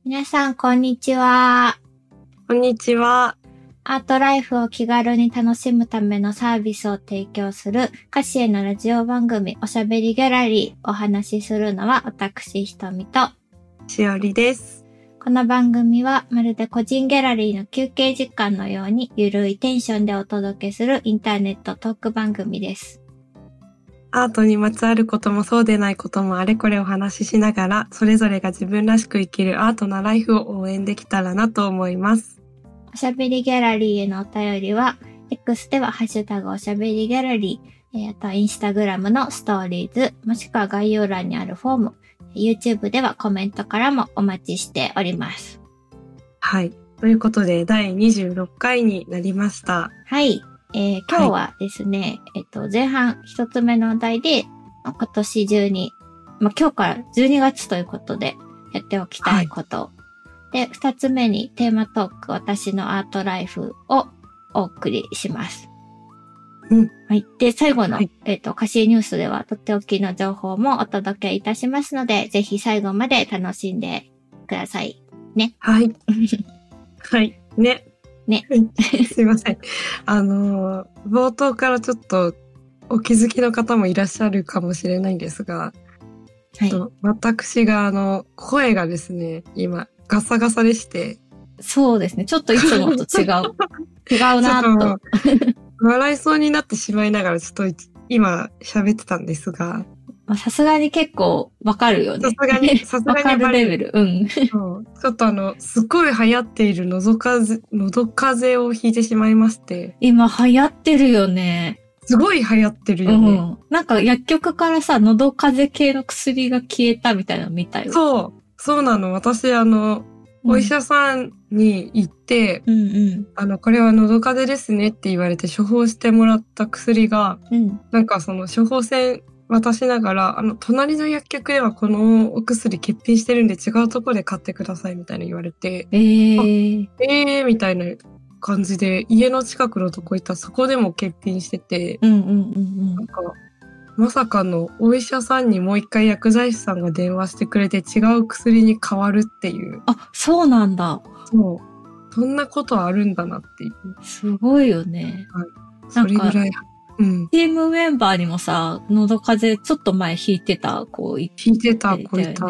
皆さん、こんにちは。 こんにちは。 アートライフを気軽に楽しむためのサービスを提供する歌詞へのラジオ番組おしゃべりギャラリー。お話しするのは私ひとみとしおりです。 この番組はまるで個人ギャラリーの休憩時間のようにゆるいテンションでお届けするインターネットトーク番組です。 アートにまつわることもそうでないこともあれこれお話ししながら、それぞれが自分らしく生きるアートなライフを応援できたらなと思います。 おしゃべりギャラリーへのお便りは、X ではハッシュタグおしゃべりギャラリー、あとはインスタグラムのストーリーズ、もしくは概要欄にあるフォーム、YouTube ではコメントからもお待ちしております。 はい。ということで、第26回になりました。 はい。今日はですね、前半一つ目のお題で、今年中に、今日から12月ということでやっておきたいこと。で、二つ目にテーマトーク、私のアートライフをお送りします。はい。で、最後の、歌詞ニュースではとっておきの情報もお届けいたしますので、ぜひ最後まで楽しんでください。ね。 はい。はい。ね。すいません。冒頭からちょっとお気づきの方もいらっしゃるかもしれないんですが、はい、私が声がですね、今ガサガサでして。 そうですね。ちょっといつもと違う。違うなと。 笑いそうになってしまいながらちょっと今喋ってたんですが。 さすがに結構わかるよね。 さすがにわかるレベル。うん。 そうちょっとすごい流行っている喉風邪をひいてしまいまして。 今流行ってるよね。 すごい流行ってるよね。 なんか薬局からさ、喉風邪系の薬が消えたみたいなの見たよ。 そうなの。私お医者さんに行って、これは喉風邪ですねって言われて処方してもらった薬が、なんかその処方箋渡しながら、隣の薬局ではこのお薬欠品してるんで違うところで買ってくださいみたいな言われて、みたいな感じで、家の近くのとこ行ったらそこでも欠品してて、なんか、まさかのお医者さんにもう一回薬剤師さんが電話してくれて違う薬に変わるっていう。 あ、そうなんだ。 そう。そんなことあるんだなっていう。 すごいよね。 はい。それぐらい。 チームメンバーにもさ、喉風邪ちょっと前引いてた子いて、 引いてた子いた。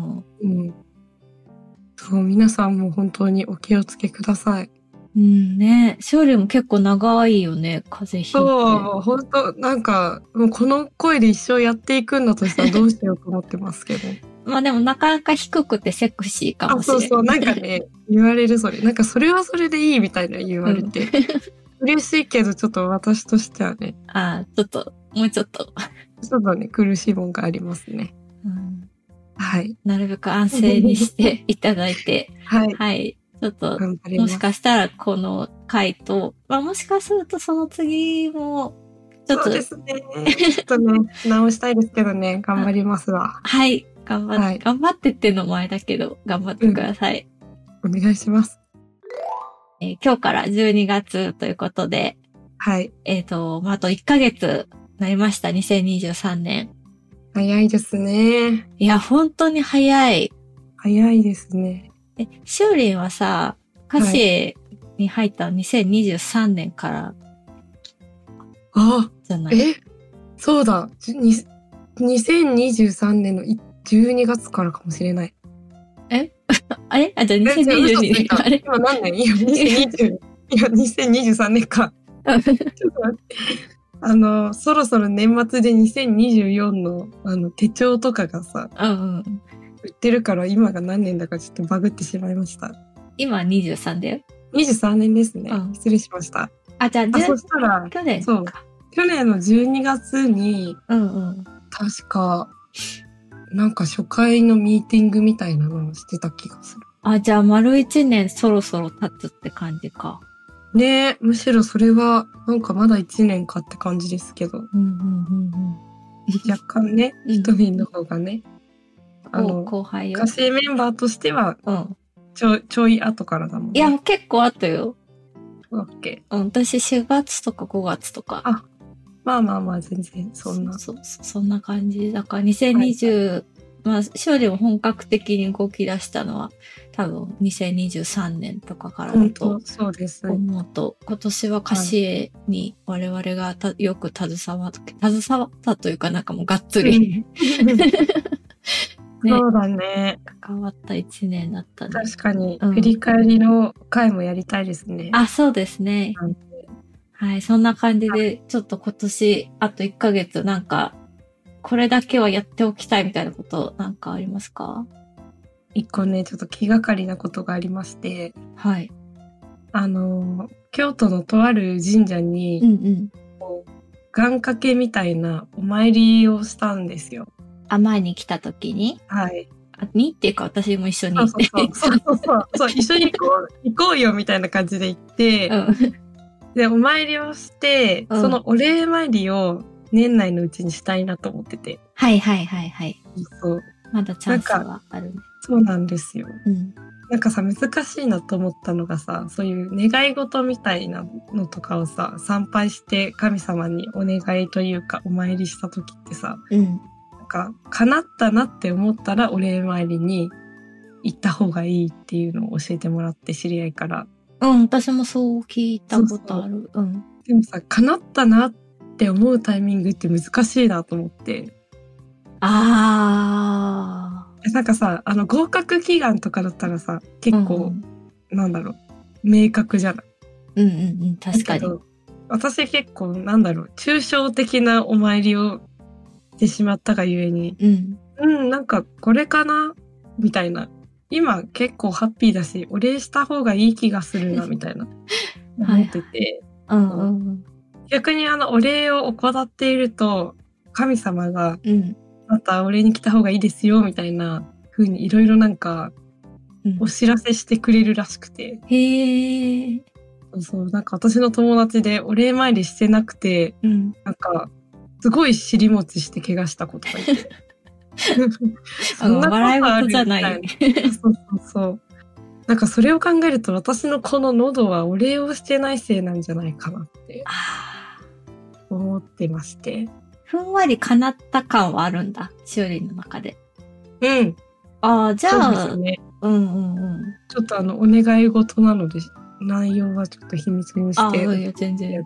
そう、皆さんも本当にお気をつけください。 ね。勝利も結構長いよね、風邪ひいて。 そう、本当なんか、もうこの声で一生やっていくんだとしたらどうしようと思ってますけど。 まあでもなかなか低くてセクシーかもしれない。 そう、なんかね、言われるそれ。なんかそれはそれでいいみたいな言われて。嬉しいけどちょっと私としてはね。 ちょっと、もうちょっと。 ちょっとね、苦しいもんがありますね。はい。 なるべく安静にしていただいて。はい。ちょっと、もしかしたらこの回と、もしかするとその次も、ちょっと。 そうですね。ちょっとね、直したいですけどね、頑張りますわ。 はい。頑張ってってのもあれだけど、頑張ってください。 お願いします。 今日から12月ということで。 はい。 あと1ヶ月なりました、2023年。 早いですね。 いや、本当に早い。 早いですね。 しおりんはさ、歌詞に入った2023年から。じゃない？ そうだ。2023年の12月からかもしれない。 あれじゃあ2022年。 あれ今何年？いや、2023年か。ちょっと待って。そろそろ年末で2024の、手帳とかがさ、売ってるから今が何年だかちょっとバグってしまいました。 今23だよ。 23年ですね。失礼しました。 じゃあ、 そしたら、 去年そう。去年の12月に、確か、なんか初回のミーティングみたいなのをしてた気がする。 じゃあ丸1年そろそろ経つって感じか。 ねえ、むしろそれは、なんかまだ1年かって感じですけど。若干ね、ひとみんの方がね。 後輩よ。 歌詞メンバーとしては、ちょい後からだもんね。 いや、結構後よ。 オッケー。私4月とか5月とか。 まあ、全然、そんな。 そんな感じ。だから2023 まあ、勝利も本格的に動き出したのは、多分2023年とかからだとそうです。 思うと、今年は歌詞絵に我々がよく携わったというかなんかもうがっつり、 ね、そうだね。 関わった1年だったね。 確かに、振り返りの回もやりたいですね。 あ、そうですね。はい、そんな感じで、ちょっと今年、あと1ヶ月なんか、これだけはやっておきたいみたいなことなんかありますか？ 一個ね、ちょっと気がかりなことがありまして。 はい。 京都のとある神社に、願掛けみたいなお参りをしたんですよ。 前に来た時に？ はい。 にっていうか私も一緒に。 そう、一緒に行こうよみたいな感じで行って、で、お参りをして、そのお礼参りを年内のうちにしたいなと思ってて。 はい。 そう。 まだチャンスはあるね。 そうなんですよ。なんかさ、難しいなと思ったのがさ、そういう願い事みたいなのとかをさ、参拝して神様にお願いというかお参りした時ってさ、なんか叶ったなって思ったらお礼参りに行った方がいいっていうのを教えてもらって、知り合いから。 私もそう聞いたことある。 でもさ、叶ったなって思うタイミングって難しいなと思って。なんかさ、合格祈願とかだったらさ、結構、なんだろう、明確じゃない。 確かに。 私結構、抽象的なお参りをしてしまったがゆえに、なんかこれかなみたいな。今結構ハッピーだし、お礼した方がいい気がするな、みたいな。思ってて。逆にお礼を怠っていると、神様が、またお礼に来た方がいいですよ、みたいな風にいろいろなんか、お知らせしてくれるらしくて。そう、なんか私の友達でお礼参りしてなくて、なんか、すごい尻餅して怪我したことがいて。 そんなこと笑い事じゃない。 そう。なんかそれを考えると私のこの喉はお礼をしてないせいなんじゃないかなって思ってまして。 ふんわり叶った感はあるんだ、しおりんの中で。 じゃあ、 そうですね。ちょっとお願い事なので、内容はちょっと秘密にして。 いや、全然。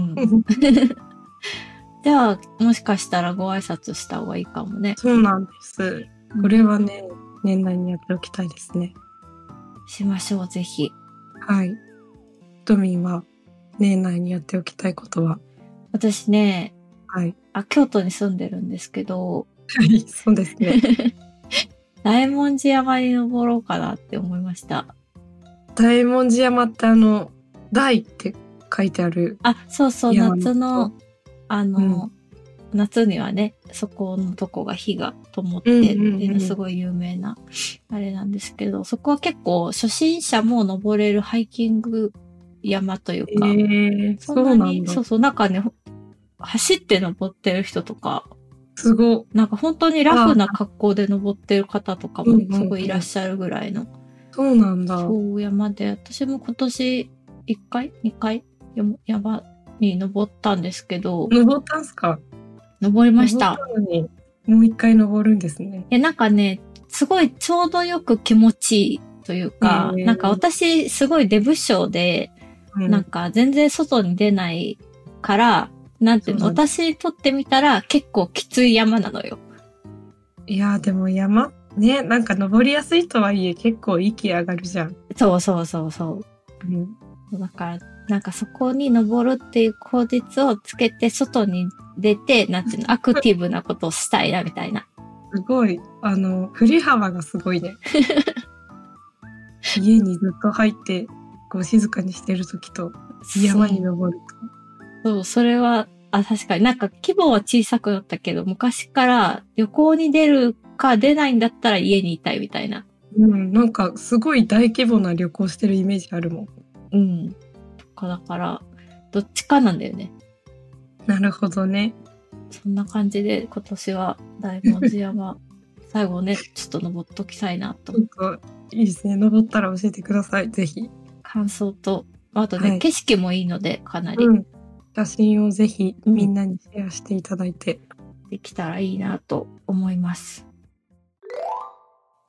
じゃあ、もしかしたらご挨拶した方がいいかもね。 そうなんです。これはね、年内にやっておきたいですね。 しましょう、ぜひ。 はい。トミンは年内にやっておきたいことは？ 私ね、 はい。 京都に住んでるんですけど。 はい、そうですね。 大文字山に登ろうかなって思いました。 大文字山って大って書いてある。 そう、夏の、夏にはね、そこのとこが火が灯ってっていうのすごい有名なあれなんですけど、そこは結構初心者も登れるハイキング山というか、 そうなんだ。 そう、なんかね、走って登ってる人とか、 すご。 なんか本当にラフな格好で登ってる方とかもすごいいらっしゃるぐらいの。 そうなんだ。 そう、山で、私も今年1回 ?2 回山に登ったんですけど。 登ったんすか？ 登りました。 登ったのに、もう一回登るんですね。 なんかね、すごいちょうどよく気持ちいいというか、なんか私すごいデブ症で、なんか全然外に出ないから、なんていうの、私にとってみたら結構きつい山なのよ。 いや、でも山、ね、なんか登りやすいとはいえ結構息上がるじゃん。 そう。だから、なんかそこに登るっていう口実をつけて外に出て、なんていうの、アクティブなことをしたいな、みたいな。 すごい。振り幅がすごいね。家にずっと入って、こう静かにしてるときと、山に登ると。そう、それは、確かになんか規模は小さくなったけど、昔から旅行に出るか出ないんだったら家にいたいみたいな。 なんかすごい大規模な旅行してるイメージあるもん。 だから、どっちかなんだよね。 なるほどね。 そんな感じで今年は大文字山、最後ね、ちょっと登っときたいなと。 いいですね。登ったら教えてください。ぜひ。 感想と、あとね、景色もいいので、かなり。 写真をぜひみんなにシェアしていただいて。 できたらいいなと思います。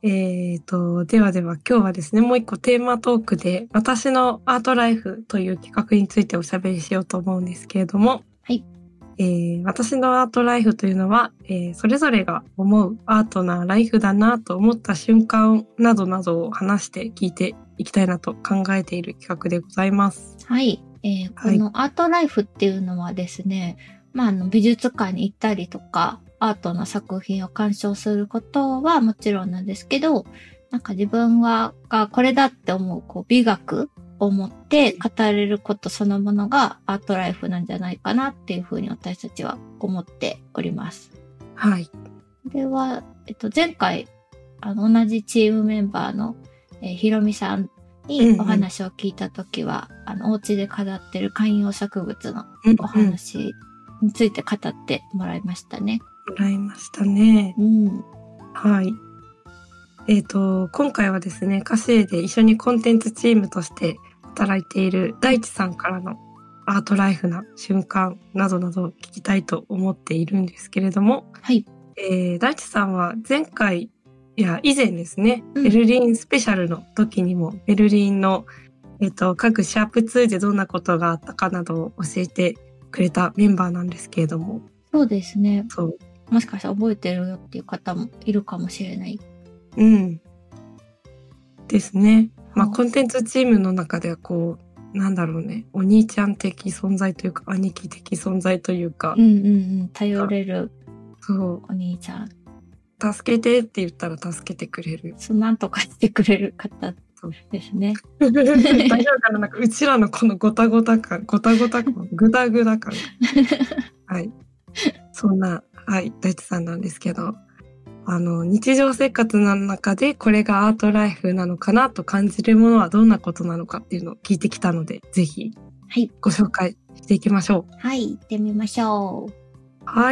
では今日はですね、もう一個テーマトークで、私のアートライフという企画についておしゃべりしようと思うんですけれども、 はい。 私のアートライフというのは、それぞれが思うアートなライフだなと思った瞬間などなどを話して聞いていきたいなと考えている企画でございます。 はい。このアートライフっていうのはですね、美術館に行ったりとか、アートの作品を鑑賞することはもちろんなんですけど、なんか自分がこれだって思う、美学を持って語れることそのものがアートライフなんじゃないかなっていうふうに私たちは思っております。 はい。 では、前回、同じチームメンバーの、ひろみさんにお話を聞いたときは、お家で飾ってる観葉植物のお話について語ってもらいましたね。 もらいましたね。 うん。 はい。今回はですね、カシエで一緒にコンテンツチームとして働いている大地さんからのアートライフな瞬間などなど聞きたいと思っているんですけれども、 はい。 大地さんは前回、以前ですね、ベルリンスペシャルの時にも、ベルリンの、各シャープ2でどんなことがあったかなどを教えてくれたメンバーなんですけれども。 そうですね。 そう。 もしかしたら覚えてるよっていう方もいるかもしれない。 うん。ですね。コンテンツチームの中ではなんだろうね、お兄ちゃん的存在というか、兄貴的存在というか。 頼れる。 そう。 お兄ちゃん。 助けてって言ったら助けてくれる。 なんとかしてくれる方ですね。 大丈夫かな、なんかうちらのこのゴタゴタ感、グダグダ感。はい。そんな、はい、大地さんなんですけど、日常生活の中でこれがアートライフなのかなと感じるものはどんなことなのかっていうのを聞いてきたので、ぜひ、 はい。 ご紹介していきましょう。 はい、行ってみましょう。 はい。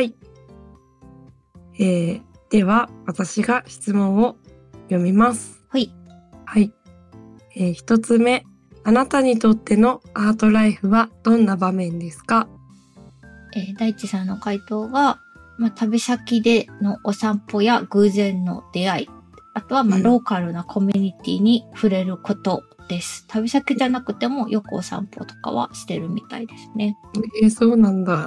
では、私が質問を読みます。 はい。 はい。一つ目、あなたにとってのアートライフはどんな場面ですか？ 大地さんの回答が、旅先でのお散歩や偶然の出会い、あとはローカルなコミュニティに触れることです。旅先じゃなくてもよくお散歩とかはしてるみたいですね。 そうなんだ。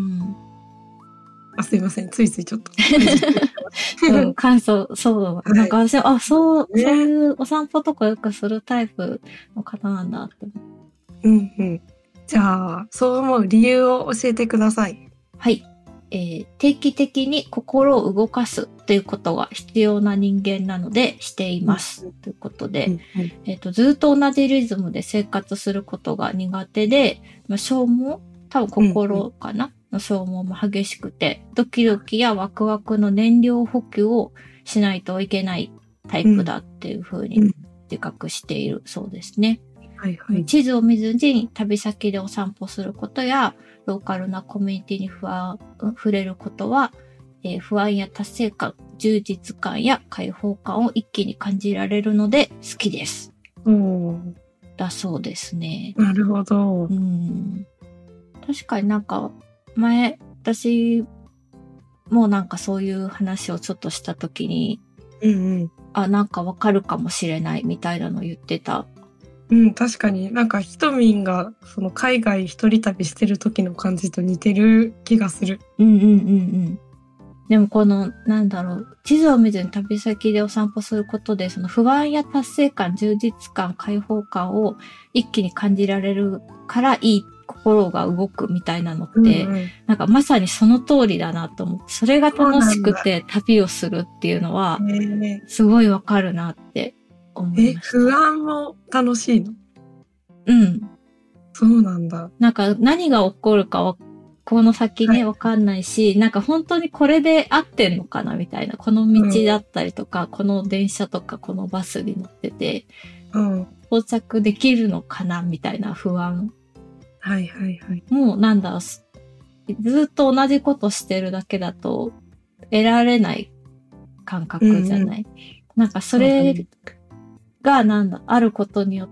すいません。ついついちょっと。 感想、そう。なんか私は、そういうお散歩とかよくするタイプの方なんだって。 じゃあ、そう思う理由を教えてください。 はい。定期的に心を動かすということが必要な人間なのでしています。ということで、ずっと同じリズムで生活することが苦手で、消耗、多分心かな、の消耗も激しくて、ドキドキやワクワクの燃料補給をしないといけないタイプだっていうふうに自覚しているそうですね。地図を見ずに旅先でお散歩することや、ローカルなコミュニティに触れることは、不安や達成感、充実感や解放感を一気に感じられるので好きです。だそうですね。 なるほど。 確かになんか前、私もなんかそういう話をちょっとしたときに、なんかわかるかもしれないみたいなの言ってた。 確かになんかひとみんがその海外一人旅してる時の感じと似てる気がする。 でもこの、地図を見ずに旅先でお散歩することで、その不安や達成感、充実感、解放感を一気に感じられるからいい心が動くみたいなのって、なんかまさにその通りだなと思って、それが楽しくて旅をするっていうのは、すごいわかるなって思いました。 不安も楽しいの？そうなんだ。 なんか何が起こるかこの先ね、わかんないし、なんか本当にこれで合ってんのかなみたいな。この道だったりとか、この電車とかこのバスに乗ってて、到着できるのかなみたいな不安。もうずっと同じことしてるだけだと得られない感覚じゃない。なんかそれがあることによって、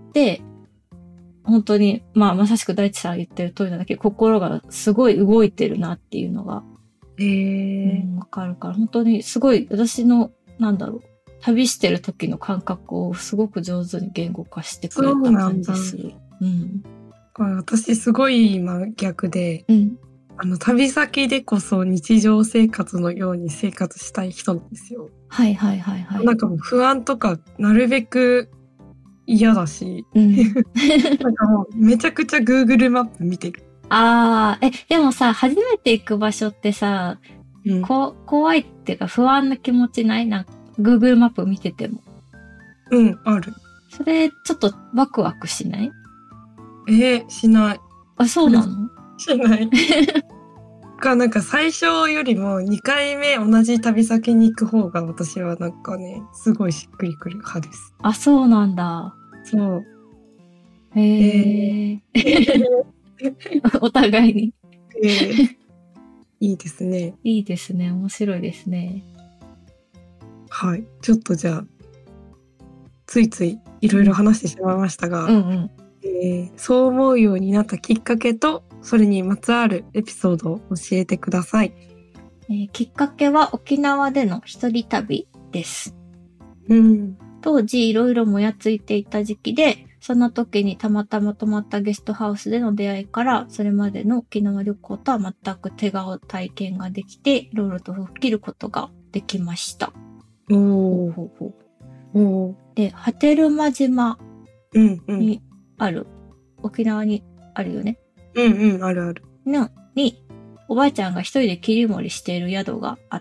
本当に、まさしく大地さん言ってる通りなんだけど、心がすごい動いてるなっていうのが、わかるから、本当にすごい、私の、 旅してる時の感覚をすごく上手に言語化してくれた感じする。うん。 これ私すごい今逆で、旅先でこそ日常生活のように生活したい人なんですよ。 はいはいはいはい。 なんかもう不安とかなるべく嫌だし、なんかもうめちゃくちゃ Google マップ見てる。 でもさ、初めて行く場所ってさ、怖いっていうか不安な気持ちない？なんか Google マップ見てても。 ある。 それちょっとワクワクしない？ しない。 そうなの？ しない。なんか最初よりも2回目同じ旅先に行く方が私はなんかね、すごいしっくりくる派です。 そうなんだ。 そう。 お互いに。 いいですね。 いいですね。面白いですね。 はい。ちょっとじゃあ、ついついいろいろ話してしまいましたが、そう思うようになったきっかけと、それにまつわるエピソードを教えてください。 きっかけは沖縄での一人旅です。当時いろいろもやついていた時期で、その時にたまたま泊まったゲストハウスでの出会いから、それまでの沖縄旅行とは全く違う体験ができて、いろいろと吹っ切ることができました。で、波照間島にある、沖縄にあるよね。 あるある。 に、おばあちゃんが一人で切り盛りしている宿があって、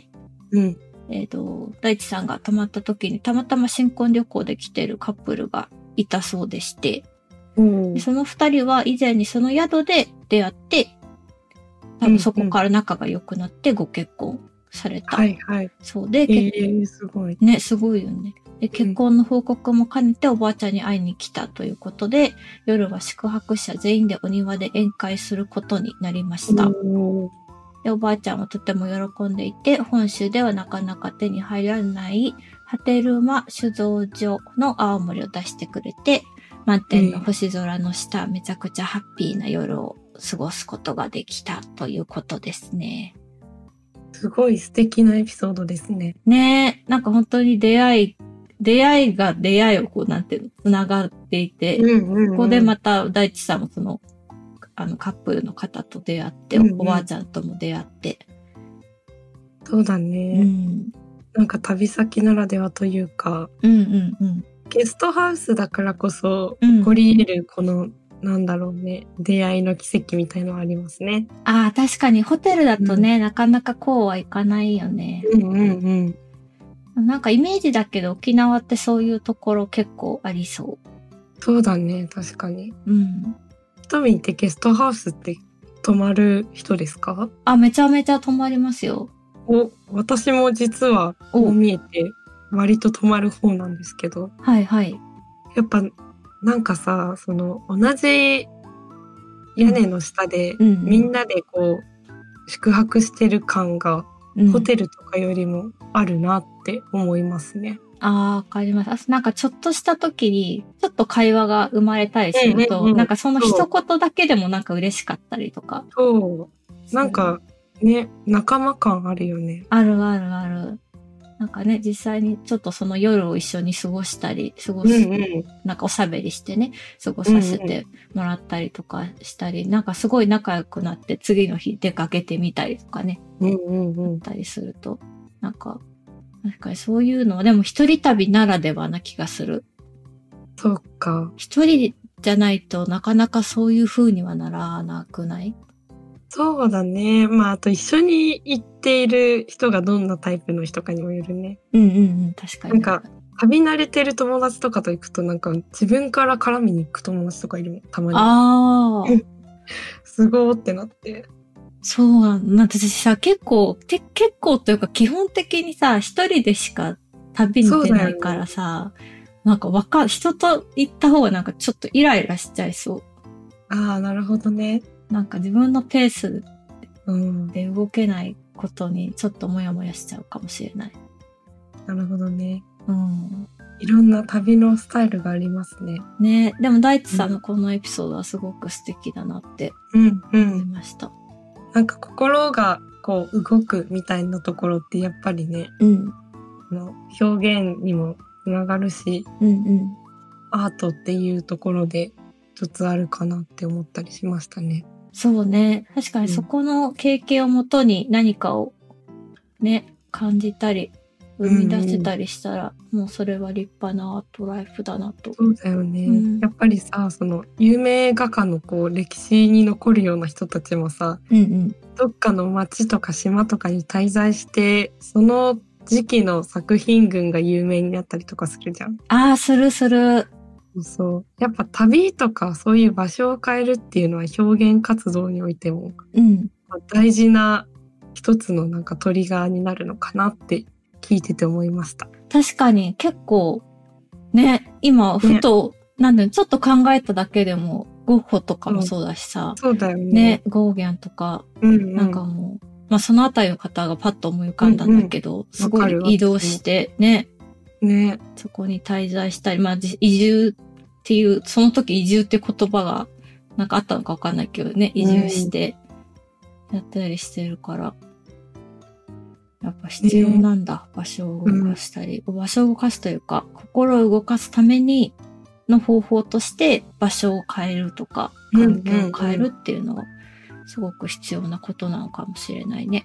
大地さんが泊まった時にたまたま新婚旅行で来てるカップルがいたそうでして、その二人は以前にその宿で出会って、多分そこから仲が良くなってご結婚された。そうで、 すごい。 ね、すごいよね。で、結婚の報告も兼ねておばあちゃんに会いに来たということで、夜は宿泊者全員でお庭で宴会することになりました。で、おばあちゃんはとても喜んでいて、本州ではなかなか手に入らない波照間酒造所の青森を出してくれて、満天の星空の下、めちゃくちゃハッピーな夜を過ごすことができたということですね。 すごい素敵なエピソードですね。 ねえ、なんか本当に出会いが出会いをこうなんていうの、つながっていて、ここでまた大地さんもその、カップルの方と出会って、おばあちゃんとも出会って。 そうだね。なんか旅先ならではというか、ゲストハウスだからこそ起こり得るこの、なんだろうね、出会いの奇跡みたいのはありますね。 確かにホテルだとね、なかなかこうはいかないよね。なんかイメージだけど沖縄ってそういうところ結構ありそう。 そうだね、確かに。トミーってゲストハウスって泊まる人ですか？ めちゃめちゃ泊まりますよ。 私も実はこう見えて割と泊まる方なんですけど。やっぱなんかさ、その同じ屋根の下でみんなでこう宿泊してる感がホテルとかよりもあるなって思いますね。 わかります。なんかちょっとした時に、ちょっと会話が生まれたりすると、なんかその一言だけでもなんか嬉しかったりとか。 なんかね、仲間感あるよね。 ある。なんかね、実際にちょっとその夜を一緒に過ごしたり、なんかおしゃべりしてね、過ごさせてもらったりとかしたり、なんかすごい仲良くなって次の日出かけてみたりとかね、ったりすると、なんかそういうのは、でも一人旅ならではな気がする。 そっか。 一人じゃないとなかなかそういう風にはならなくない？ そうだね。あと一緒に行っている人がどんなタイプの人かにもよるね。 確かに。 なんか、旅慣れてる友達とかと行くと、なんか自分から絡みに行く友達とかいるもん、たまに。すごーってなって。 そうなんだ。私さ、結構というか基本的にさ、一人でしか旅に出ないからさ、なんか人と行った方がなんかちょっとイライラしちゃいそう。 なるほどね。 なんか自分のペースで動けないことにちょっとモヤモヤしちゃうかもしれない。 なるほどね。いろんな旅のスタイルがありますね。 ね、でも大地さんのこのエピソードはすごく素敵だなって思いました。 なんか心がこう動くみたいなところってやっぱりね、 表現にもつながるし、アートっていうところで一つあるかなって思ったりしましたね。 そうね。確かにそこの経験をもとに何かをね、感じたり、生み出せたりしたら、もうそれは立派なアートライフだなと。 そうだよね。やっぱりさ、その有名画家のこう歴史に残るような人たちもさ、どっかの町とか島とかに滞在して、その時期の作品群が有名になったりとかするじゃん。 ああ、する。 そう。やっぱ旅とかそういう場所を変えるっていうのは表現活動においても、大事な一つのなんかトリガーになるのかなって聞いてて思いました。 確かに結構ね、今ふと、なんでちょっと考えただけでもゴッホとかもそうだしさ、 そうだよね。 ね、ゴーギャンとか、なんかもう、まあそのあたりの方がパッと思い浮かんだんだけど、すごい移動してね、そこに滞在したり、まあ移住っていう、その時移住って言葉がなんかあったのかわかんないけどね、移住してやったりしてるから、やっぱ必要なんだ。場所を動かしたり、場所を動かすというか、心を動かすためにの方法として場所を変えるとか、環境を変えるっていうのは、すごく必要なことなのかもしれないね。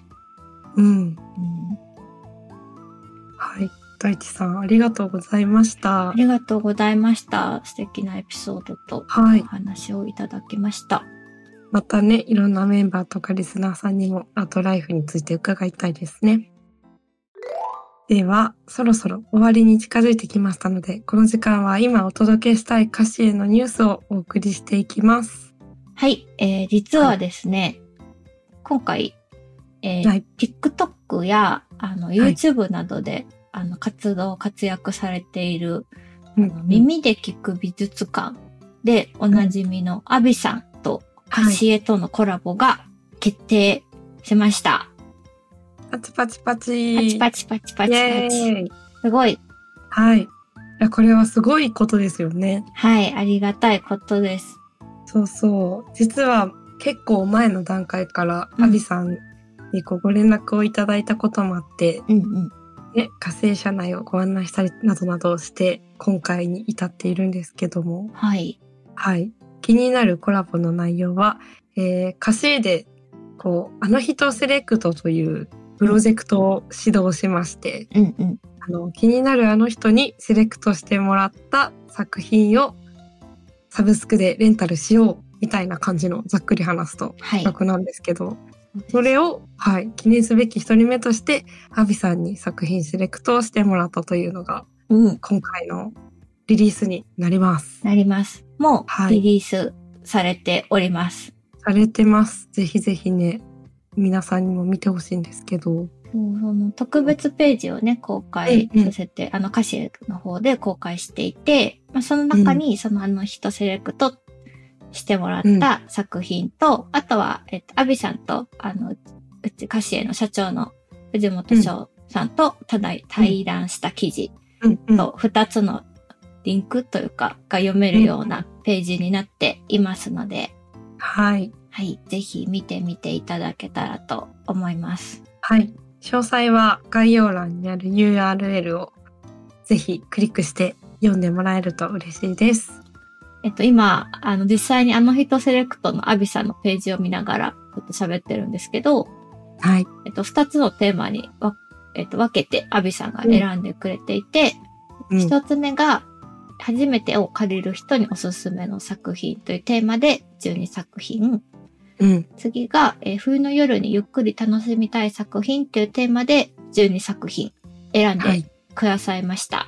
はい。大地さん、ありがとうございました。 ありがとうございました。素敵なエピソードとお話をいただきました。 またね、いろんなメンバーとかリスナーさんにもアートライフについて伺いたいですね。では、そろそろ終わりに近づいてきましたので、この時間は今お届けしたい歌詞へのニュースをお送りしていきます。 はい、実はですね、今回、TikTok やYouTube などで、活躍されている、耳で聞く美術館でおなじみのアビさんとカシエとのコラボが決定しました。 パチパチパチ。 パチパチパチパチパチ。すごい。 はい。いや、これはすごいことですよね。 はい、ありがたいことです。 そうそう。実は結構前の段階からアビさんにご連絡をいただいたこともあって、火星車内をご案内したりなどなどして今回に至っているんですけども。はい。気になるコラボの内容は、火星であの人セレクトというプロジェクトを指導しまして、気になるあの人にセレクトしてもらった作品をサブスクでレンタルしようみたいな感じのざっくり話すと企画なんですけど、それを、記念すべき一人目としてアビさんに作品セレクトをしてもらったというのが、今回のリリースになります。 もうリリースされております。 されてます。ぜひぜひね、皆さんにも見てほしいんですけど。 その特別ページをね、公開させて、歌詞の方で公開していて、その中にあの人セレクトしてもらった作品と、あとは、アビさんと、うち歌詞への社長の藤本翔さんと対談した記事と、2つのリンクというか、が読めるようなページになっていますので、ぜひ見てみていただけたらと思います。 詳細は概要欄にある URL をぜひクリックして読んでもらえると嬉しいです。 今、実際にあの人セレクトのアビさんのページを見ながらちょっと喋ってるんですけど、2つのテーマに分けてアビさんが選んでくれていて、1つ目が初めてを借りる人におすすめの作品というテーマで12作品。次が、冬の夜にゆっくり楽しみたい作品というテーマで12作品選んでくださいました。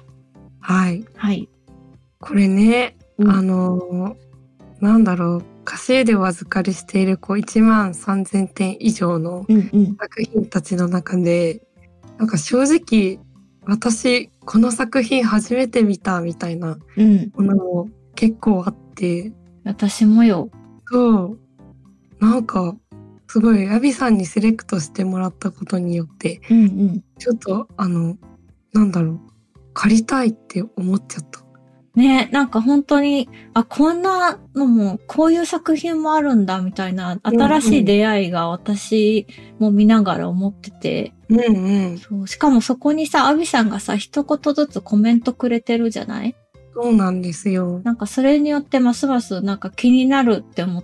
これね、なんだろう、稼いでお預かりしている13,000点以上の作品たちの中で、なんか正直私この作品初めて見たみたいなものも結構あって、 私もよ。 なんかすごいアビさんにセレクトしてもらったことによって、ちょっとなんだろう、借りたいって思っちゃった。 ね、なんか本当に、こんなのも、こういう作品もあるんだ、みたいな、新しい出会いが私も見ながら思ってて。 うんうん。 そう、しかもそこにさ、アビさんがさ、一言ずつコメントくれてるじゃない？ そうなんですよ。 なんかそれによってますますなんか気になるって思って、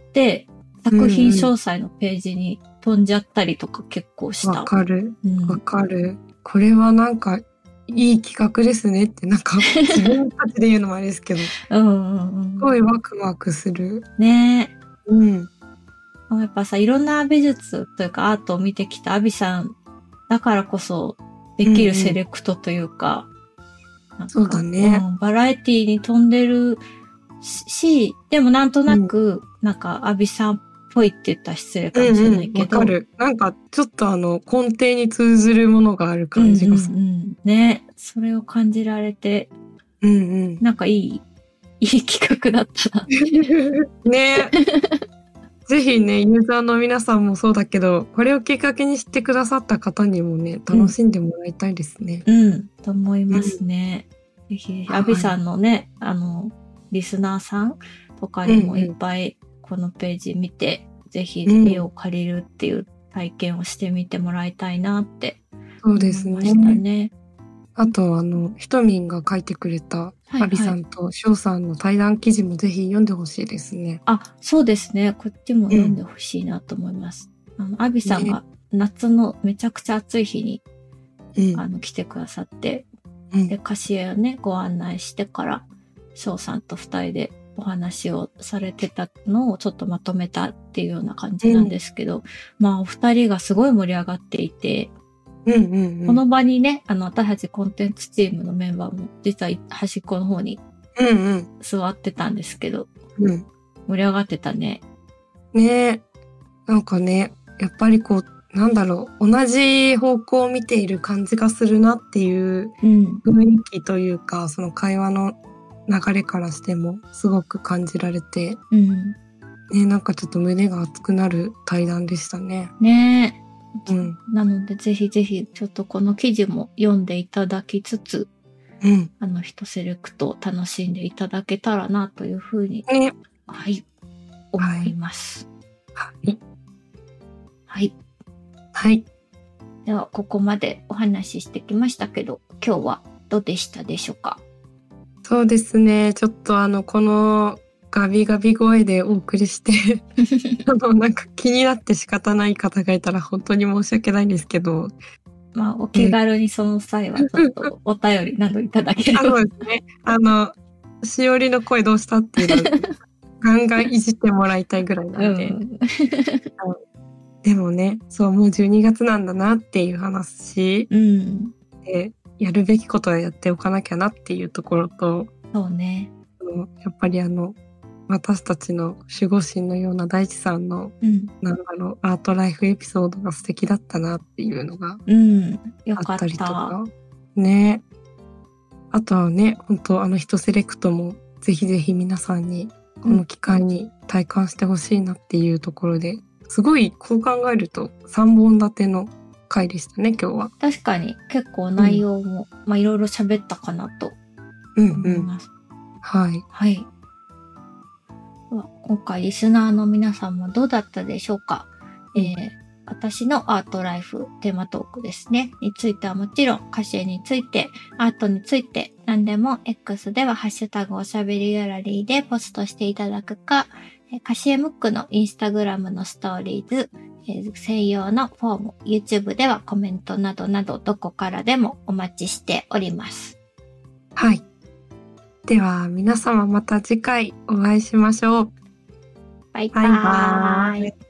作品詳細のページに飛んじゃったりとか結構した。 わかる。わかる。これはなんか、いい企画ですねって、なんか、自分たちで言うのもあれですけど。すごいワクワクする。 ねえ。うん。 やっぱさ、いろんな美術というかアートを見てきたアビさんだからこそできるセレクトというか、 そうだね、 バラエティに富んでるし、でもなんとなく、なんかアビさんっぽいって言ったら失礼かもしれないけど。 わかる。なんかちょっと根底に通ずるものがある感じがする。 ね。それを感じられて、なんかいい企画だったな。 ねぜひね、ユーザーの皆さんもそうだけど、これをきっかけに知ってくださった方にもね、楽しんでもらいたいですね。 と思いますね。ぜひ、アビさんのね、リスナーさんとかにもいっぱいこのページ見て、ぜひ絵を借りるっていう体験をしてみてもらいたいなって思いましたね。 あと、ひとみんが書いてくれた、アビさんとしょうさんの対談記事もぜひ読んでほしいですね。 そうですね。こっちも読んでほしいなと思います。アビさんが夏のめちゃくちゃ暑い日に、来てくださって、で、カシエをね、ご案内してから、しょうさんと二人でお話をされてたのをちょっとまとめたっていうような感じなんですけど、まあ、お二人がすごい盛り上がっていて、この場にね、私たちコンテンツチームのメンバーも、実は端っこの方に座ってたんですけど、盛り上がってたね。 ねえ。なんかね、やっぱりこう、なんだろう、同じ方向を見ている感じがするなっていう雰囲気というか、その会話の流れからしてもすごく感じられて、ね、なんかちょっと胸が熱くなる対談でしたね。 ねえ。なので、ぜひぜひ、ちょっとこの記事も読んでいただきつつ、人セレクトを楽しんでいただけたらな、というふうに、はい、思います。 はい。 はい。 はい。 では、ここまでお話ししてきましたけど、今日はどうでしたでしょうか？ そうですね。ちょっとこの、ガビガビ声でお送りしてなんか気になって仕方ない方がいたら本当に申し訳ないんですけど。 まあ、お気軽にその際はちょっとお便りなどいただければ。 そうですね。しおりの声どうしたっていうのをガンガンいじってもらいたいぐらいなんで。でもね、そう、もう12月なんだなっていう話で、やるべきことはやっておかなきゃなっていうところと、 そうね。 やっぱり私たちの守護神のような大地さんの、なんだろう、アートライフエピソードが素敵だったなっていうのがあったりとか。ね。あとはね、本当人セレクトもぜひぜひ皆さんにこの機会に体感してほしいなっていうところで、すごいこう考えると3本立ての回でしたね、今日は。 確かに結構内容も、いろいろ喋ったかなと思います。はい。はい。今回リスナーの皆さんもどうだったでしょうか？私のアートライフテーマトークですね。についてはもちろん、歌詞について、アートについて、何でも X ではハッシュタグおしゃべりギャラリーでポストしていただくか、カシエムックのインスタグラムのストーリーズ、専用のフォーム、YouTube ではコメントなどなどどこからでもお待ちしております。 はい。では皆様また次回お会いしましょう。 バイバーイ。